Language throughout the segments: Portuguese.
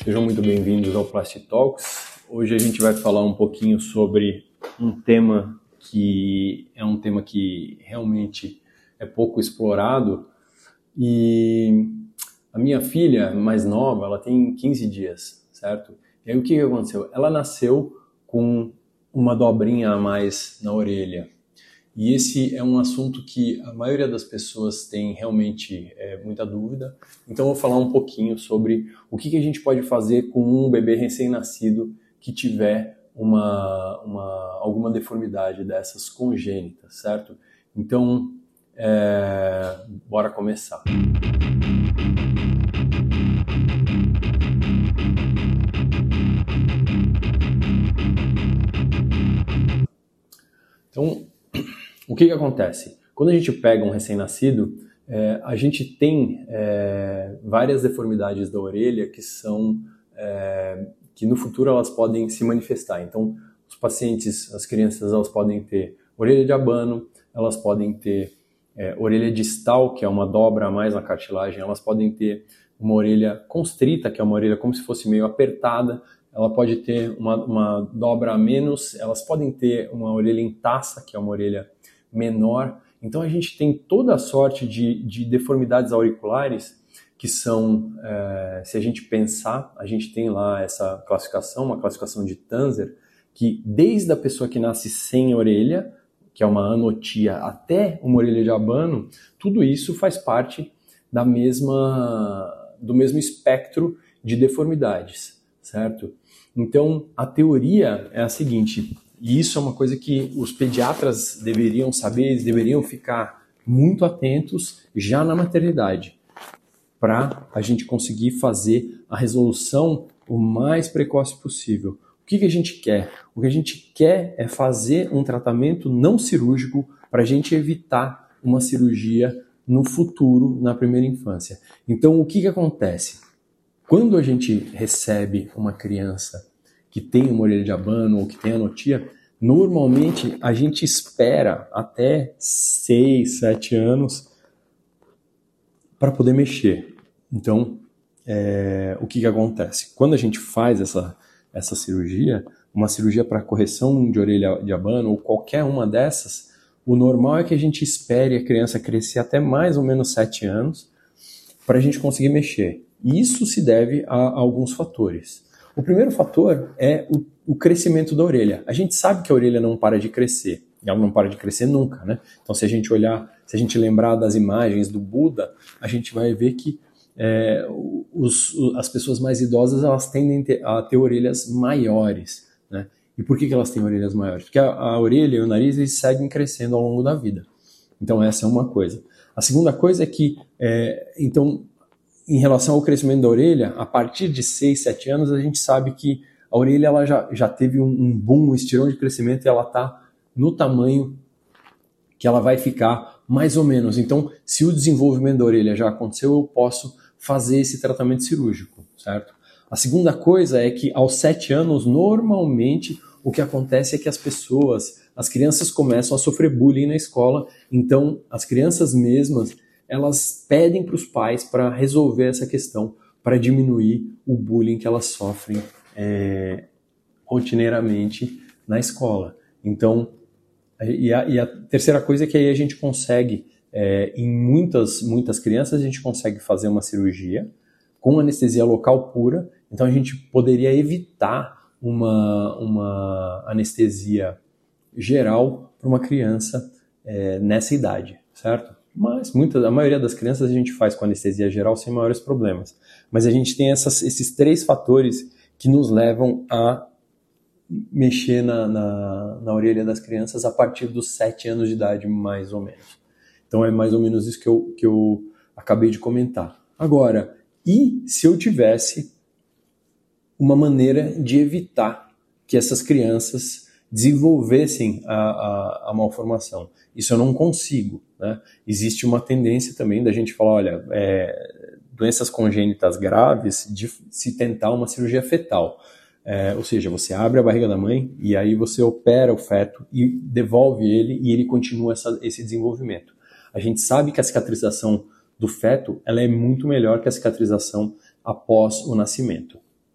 Sejam muito bem-vindos ao Plastic Talks. Hoje a gente vai falar um pouquinho sobre um tema que realmente é pouco explorado. E a minha filha mais nova, ela tem 15 dias, certo? E aí o que aconteceu? Ela nasceu com uma dobrinha a mais na orelha. E esse é um assunto que a maioria das pessoas tem realmente muita dúvida. Então eu vou falar um pouquinho sobre o que a gente pode fazer com um bebê recém-nascido que tiver alguma deformidade dessas congênitas, certo? Então, bora começar. Então, o que acontece? Quando a gente pega um recém-nascido, a gente tem várias deformidades da orelha que no futuro elas podem se manifestar. Então, os pacientes, as crianças, elas podem ter orelha de abano, elas podem ter orelha distal, que é uma dobra a mais na cartilagem, elas podem ter uma orelha constrita, que é uma orelha como se fosse meio apertada, ela pode ter uma dobra a menos, elas podem ter uma orelha em taça, que é uma orelha menor. Então a gente tem toda a sorte de deformidades auriculares que são, se a gente pensar, a gente tem lá essa classificação, uma classificação de Tanzer, que desde a pessoa que nasce sem orelha, que é uma anotia, até uma orelha de abano, tudo isso faz parte do mesmo espectro de deformidades, certo? Então a teoria é a seguinte, e isso é uma coisa que os pediatras deveriam saber, eles deveriam ficar muito atentos já na maternidade, para a gente conseguir fazer a resolução o mais precoce possível. O que a gente quer? O que a gente quer é fazer um tratamento não cirúrgico para a gente evitar uma cirurgia no futuro, na primeira infância. Então, o que acontece? Quando a gente recebe uma criança que tem uma orelha de abano ou que tem anotia, normalmente a gente espera até 6, 7 anos para poder mexer. Então, o que acontece? Quando a gente faz essa cirurgia, uma cirurgia para correção de orelha de abano ou qualquer uma dessas, o normal é que a gente espere a criança crescer até mais ou menos 7 anos para a gente conseguir mexer. E isso se deve a alguns fatores. O primeiro fator é o crescimento da orelha. A gente sabe que a orelha não para de crescer. E ela não para de crescer nunca, né? Então, se a gente lembrar das imagens do Buda, a gente vai ver que as pessoas mais idosas, elas tendem a ter orelhas maiores, né? E por que elas têm orelhas maiores? Porque a orelha e o nariz, eles seguem crescendo ao longo da vida. Então, essa é uma coisa. A segunda coisa é que, em relação ao crescimento da orelha, a partir de 6, 7 anos, a gente sabe que a orelha ela já teve um boom, um estirão de crescimento e ela está no tamanho que ela vai ficar mais ou menos. Então, se o desenvolvimento da orelha já aconteceu, eu posso fazer esse tratamento cirúrgico, certo? A segunda coisa é que aos 7 anos, normalmente, o que acontece é que as crianças começam a sofrer bullying na escola, então as crianças mesmas, elas pedem para os pais para resolver essa questão, para diminuir o bullying que elas sofrem rotineiramente na escola. Então, e a terceira coisa é que aí a gente consegue, em muitas crianças, a gente consegue fazer uma cirurgia com anestesia local pura, então a gente poderia evitar uma anestesia geral para uma criança nessa idade, certo? Mas a maioria das crianças a gente faz com anestesia geral sem maiores problemas. Mas a gente tem esses 3 fatores que nos levam a mexer na orelha das crianças a partir dos 7 anos de idade, mais ou menos. Então é mais ou menos isso que eu acabei de comentar. Agora, e se eu tivesse uma maneira de evitar que essas crianças desenvolvessem a malformação? Isso eu não consigo, né? Existe uma tendência também da gente falar, olha, doenças congênitas graves, de se tentar uma cirurgia fetal. Ou seja, você abre a barriga da mãe e aí você opera o feto e devolve ele e ele continua esse desenvolvimento. A gente sabe que a cicatrização do feto ela é muito melhor que a cicatrização após o nascimento.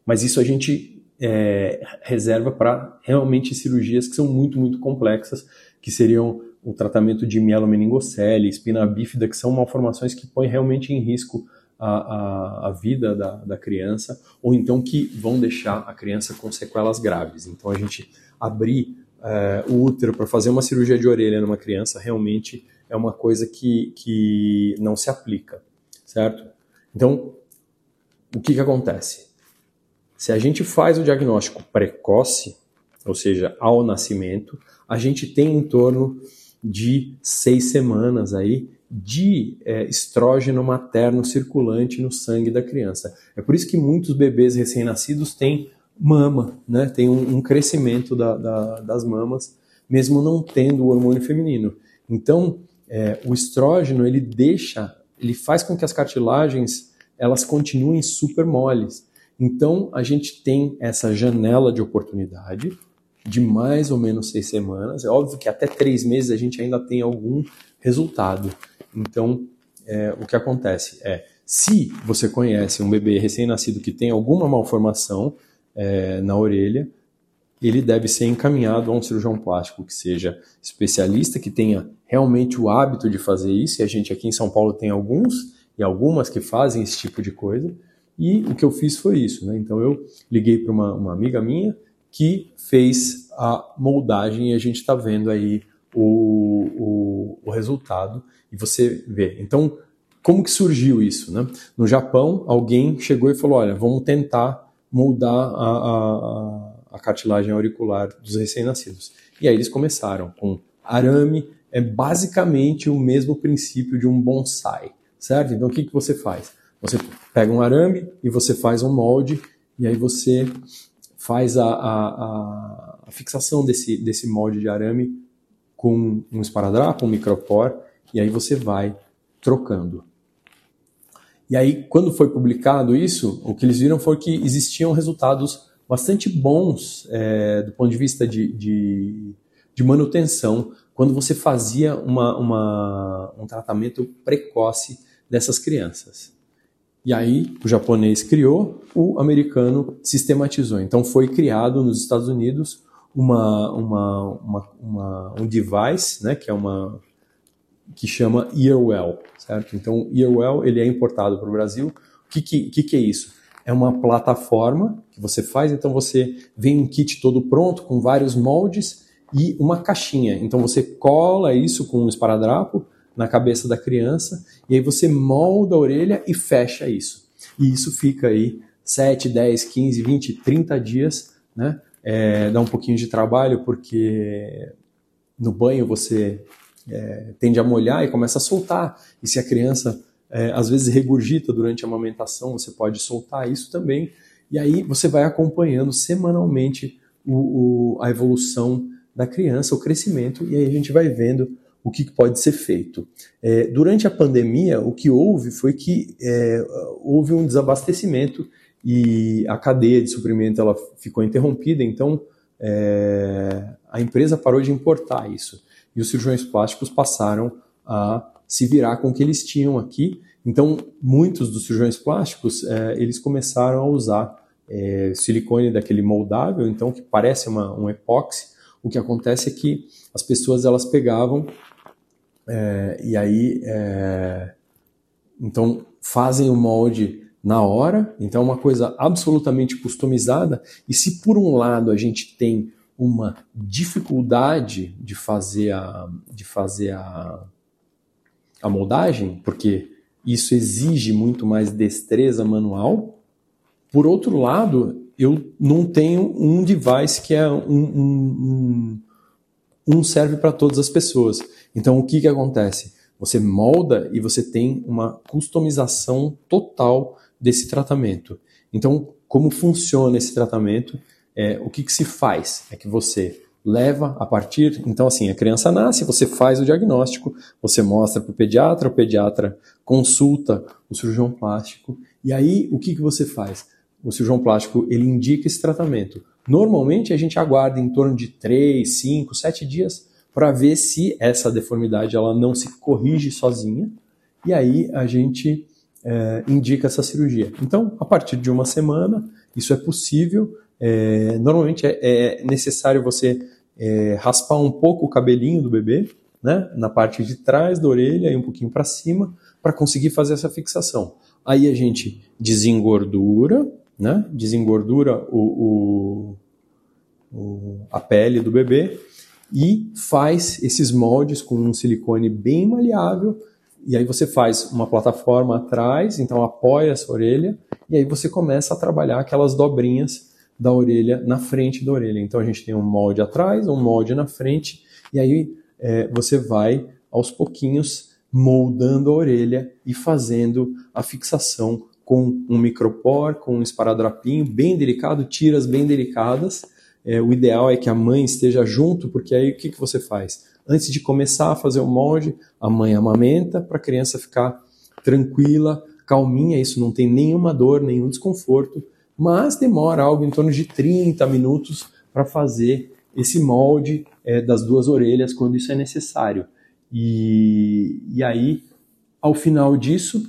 Mas isso a gente reserva para realmente cirurgias que são muito, muito complexas, que seriam o tratamento de mielomeningocele, espina bífida, que são malformações que põem realmente em risco a vida da criança, ou então que vão deixar a criança com sequelas graves. Então a gente abrir o útero para fazer uma cirurgia de orelha numa criança realmente é uma coisa que não se aplica, certo? Então, o que acontece? Se a gente faz o diagnóstico precoce, ou seja, ao nascimento, a gente tem em torno de 6 semanas aí de estrógeno materno circulante no sangue da criança. É por isso que muitos bebês recém-nascidos têm mama, né? Tem um crescimento das mamas, mesmo não tendo o hormônio feminino. Então, o estrógeno, ele faz com que as cartilagens elas continuem super moles. Então, a gente tem essa janela de oportunidade de mais ou menos 6 semanas. É óbvio que até 3 meses a gente ainda tem algum resultado. Então, o que acontece se você conhece um bebê recém-nascido que tem alguma malformação na orelha, ele deve ser encaminhado a um cirurgião plástico que seja especialista, que tenha realmente o hábito de fazer isso, e a gente aqui em São Paulo tem alguns e algumas que fazem esse tipo de coisa, e o que eu fiz foi isso, né? Então eu liguei para uma amiga minha que fez a moldagem e a gente está vendo aí o resultado e você vê. Então, como que surgiu isso, né? No Japão, alguém chegou e falou, olha, vamos tentar moldar a cartilagem auricular dos recém-nascidos. E aí eles começaram com arame, é basicamente o mesmo princípio de um bonsai, certo? Então o que você faz? Você pega um arame e você faz um molde, e aí você faz a fixação desse molde de arame com um esparadrapo, um micropor, e aí você vai trocando. E aí, quando foi publicado isso, o que eles viram foi que existiam resultados bastante bons do ponto de vista de manutenção, quando você fazia um tratamento precoce dessas crianças. E aí, o japonês criou, o americano sistematizou. Então, foi criado nos Estados Unidos um device, né, que chama Earwell, certo? Então, Earwell, ele é importado para o Brasil. O que é isso? É uma plataforma que você faz, então você vem um kit todo pronto, com vários moldes e uma caixinha. Então, você cola isso com um esparadrapo na cabeça da criança, e aí você molda a orelha e fecha isso. E isso fica aí 7, 10, 15, 20, 30 dias, né? Dá um pouquinho de trabalho, porque no banho você tende a molhar e começa a soltar. E se a criança, às vezes, regurgita durante a amamentação, você pode soltar isso também. E aí você vai acompanhando semanalmente a evolução da criança, o crescimento, e aí a gente vai vendo o que pode ser feito. Durante a pandemia, o que houve foi que houve um desabastecimento e a cadeia de suprimento ela ficou interrompida, então a empresa parou de importar isso. E os cirurgiões plásticos passaram a se virar com o que eles tinham aqui. Então, muitos dos cirurgiões plásticos, eles começaram a usar silicone daquele moldável, então que parece um epóxi. O que acontece é que as pessoas elas pegavam e aí então fazem o molde na hora, então é uma coisa absolutamente customizada. E se por um lado a gente tem uma dificuldade de fazer a moldagem, porque isso exige muito mais destreza manual, por outro lado, eu não tenho um device que é serve para todas as pessoas. Então, o que acontece? Você molda e você tem uma customização total desse tratamento. Então, como funciona esse tratamento? O que se faz? É que você leva a partir... Então, assim, a criança nasce, você faz o diagnóstico, você mostra para o pediatra consulta o cirurgião plástico, e aí o que você faz? O cirurgião plástico, ele indica esse tratamento. Normalmente, a gente aguarda em torno de 3, 5, 7 dias para ver se essa deformidade ela não se corrige sozinha, e aí a gente indica essa cirurgia. Então, a partir de uma semana, isso é possível. Normalmente é necessário você raspar um pouco o cabelinho do bebê, né, na parte de trás da orelha e um pouquinho para cima, para conseguir fazer essa fixação. Aí a gente desengordura, né, a pele do bebê e faz esses moldes com um silicone bem maleável. E aí você faz uma plataforma atrás, então apoia essa orelha, e aí você começa a trabalhar aquelas dobrinhas da orelha na frente da orelha. Então a gente tem um molde atrás, um molde na frente, e aí você vai aos pouquinhos moldando a orelha e fazendo a fixação com um micropor, com um esparadrapinho bem delicado, tiras bem delicadas. O ideal é que a mãe esteja junto, porque aí o que você faz? Antes de começar a fazer o molde, a mãe amamenta para a criança ficar tranquila, calminha, isso não tem nenhuma dor, nenhum desconforto, mas demora algo em torno de 30 minutos para fazer esse molde das duas orelhas quando isso é necessário. E aí, ao final disso,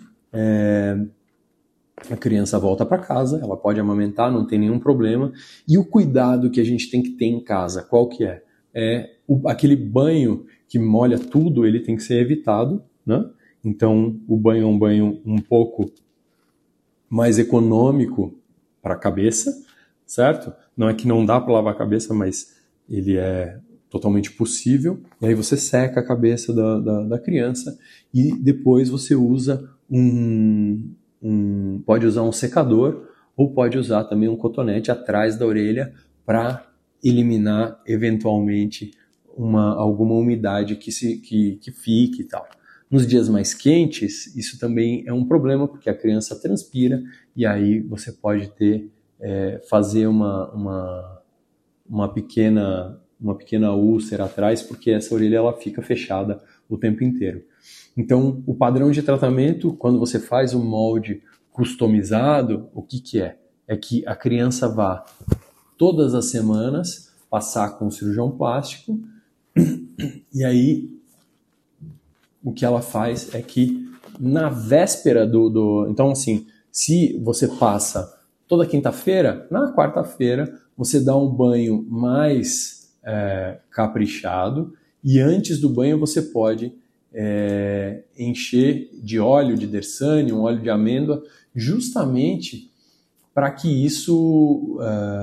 a criança volta para casa, ela pode amamentar, não tem nenhum problema. E o cuidado que a gente tem que ter em casa, qual que é? Aquele banho que molha tudo, ele tem que ser evitado, né? Então, o banho é um banho um pouco mais econômico para a cabeça, certo? Não é que não dá para lavar a cabeça, mas ele é totalmente possível. E aí você seca a cabeça da criança e depois você usa pode usar um secador ou pode usar também um cotonete atrás da orelha para eliminar eventualmente alguma umidade que fique e tal. Nos dias mais quentes, isso também é um problema, porque a criança transpira e aí você pode fazer uma pequena úlcera atrás, porque essa orelha ela fica fechada o tempo inteiro. Então, o padrão de tratamento, quando você faz um molde customizado, o que é? É que a criança vá todas as semanas passar com o cirurgião plástico e aí o que ela faz é que na véspera Então, assim, se você passa toda quinta-feira, na quarta-feira você dá um banho mais caprichado e antes do banho você pode encher de óleo de dersane, um óleo de amêndoa, justamente para que isso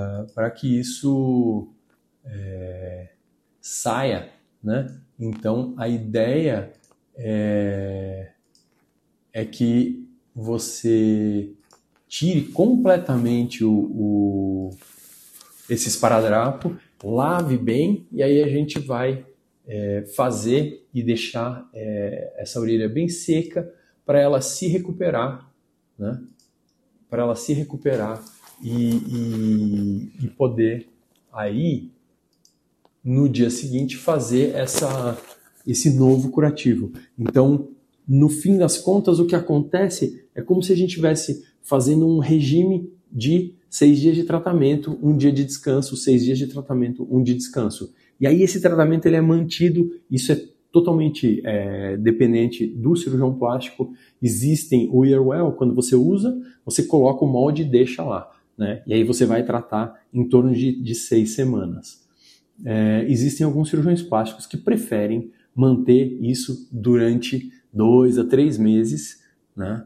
saia, né? Então a ideia é que você tire completamente esse esparadrapo, lave bem e aí a gente vai fazer e deixar essa orelha bem seca para ela se recuperar, né? Para ela se recuperar e poder aí no dia seguinte fazer esse novo curativo. Então, no fim das contas, o que acontece é como se a gente estivesse fazendo um regime de 6 dias de tratamento, 1 dia de descanso, 6 dias de tratamento, 1 dia de descanso. E aí esse tratamento ele é mantido, isso é totalmente dependente do cirurgião plástico. Existem o Earwell, quando você usa, você coloca o molde e deixa lá, né? E aí você vai tratar em torno de 6 semanas. Existem alguns cirurgiões plásticos que preferem manter isso durante 2 a 3 meses, né?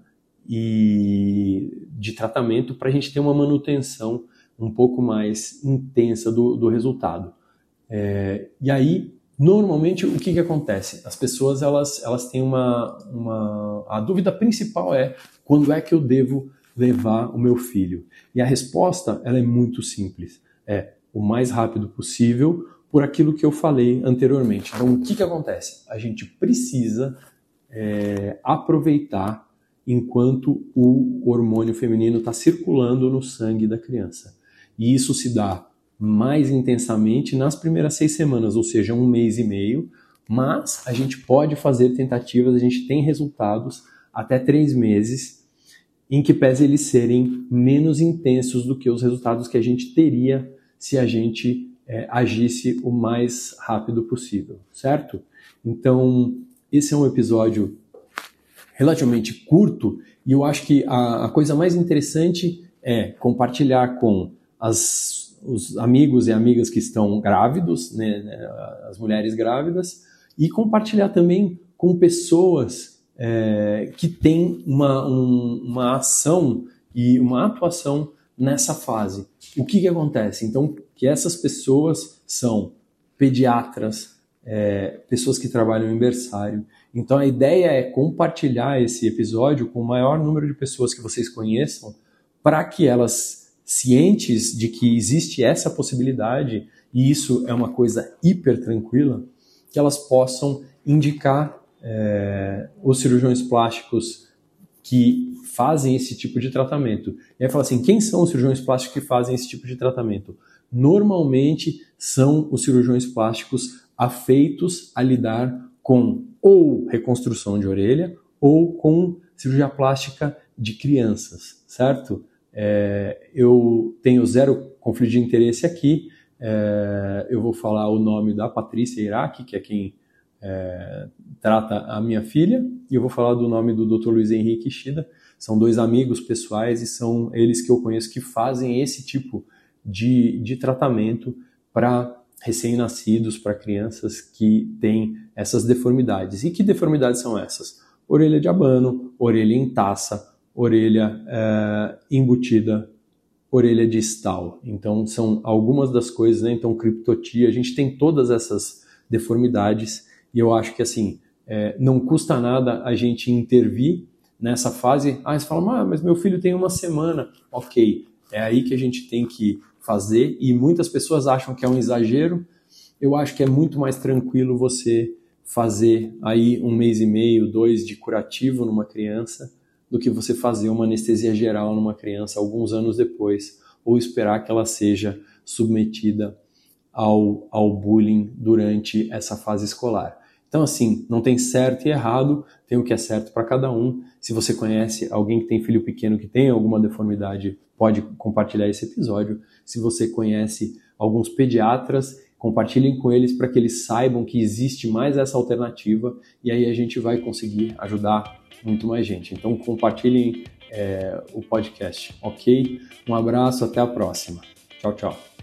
E de tratamento para a gente ter uma manutenção um pouco mais intensa do resultado. E aí, normalmente, o que acontece? As pessoas elas têm a dúvida principal é quando é que eu devo levar o meu filho? E a resposta ela é muito simples. O mais rápido possível, por aquilo que eu falei anteriormente. Então, o que acontece? A gente precisa aproveitar enquanto o hormônio feminino está circulando no sangue da criança. E isso se dá mais intensamente nas primeiras 6 semanas, ou seja, 1 mês e meio, mas a gente pode fazer tentativas, a gente tem resultados até 3 meses, em que pese eles serem menos intensos do que os resultados que a gente teria se a gente agisse o mais rápido possível, certo? Então, esse é um episódio relativamente curto E eu acho que a coisa mais interessante é compartilhar com os amigos e amigas que estão grávidos, né, as mulheres grávidas, e compartilhar também com pessoas que têm uma ação e uma atuação nessa fase. O que acontece? Então, que essas pessoas são pediatras, pessoas que trabalham em berçário. Então, a ideia é compartilhar esse episódio com o maior número de pessoas que vocês conheçam, para que elas, cientes de que existe essa possibilidade, e isso é uma coisa hiper tranquila, que elas possam indicar os cirurgiões plásticos que fazem esse tipo de tratamento. E aí fala assim, quem são os cirurgiões plásticos que fazem esse tipo de tratamento? Normalmente são os cirurgiões plásticos afeitos a lidar com ou reconstrução de orelha ou com cirurgia plástica de crianças, certo? Eu tenho zero conflito de interesse aqui. Eu vou falar o nome da Patrícia Iraque, que é quem trata a minha filha, e eu vou falar do nome do Dr. Luiz Henrique Ishida. São dois amigos pessoais e são eles que eu conheço que fazem esse tipo de tratamento para recém-nascidos, para crianças que têm essas deformidades. E que deformidades são essas? Orelha de abano, orelha em taça, orelha embutida, orelha distal. Então, são algumas das coisas, né? Então, criptotia, a gente tem todas essas deformidades e eu acho que, assim, não custa nada a gente intervir nessa fase. Você fala, mas meu filho tem uma semana. Ok, é aí que a gente tem que fazer e muitas pessoas acham que é um exagero. Eu acho que é muito mais tranquilo você fazer aí 1 mês e meio, 2 de curativo numa criança do que você fazer uma anestesia geral numa criança alguns anos depois ou esperar que ela seja submetida ao bullying durante essa fase escolar. Então, assim, não tem certo e errado, tem o que é certo para cada um. Se você conhece alguém que tem filho pequeno que tem alguma deformidade, pode compartilhar esse episódio. Se você conhece alguns pediatras, compartilhem com eles para que eles saibam que existe mais essa alternativa e aí a gente vai conseguir ajudar muito mais gente. Então, compartilhem o podcast, ok? Um abraço, até a próxima. Tchau, tchau.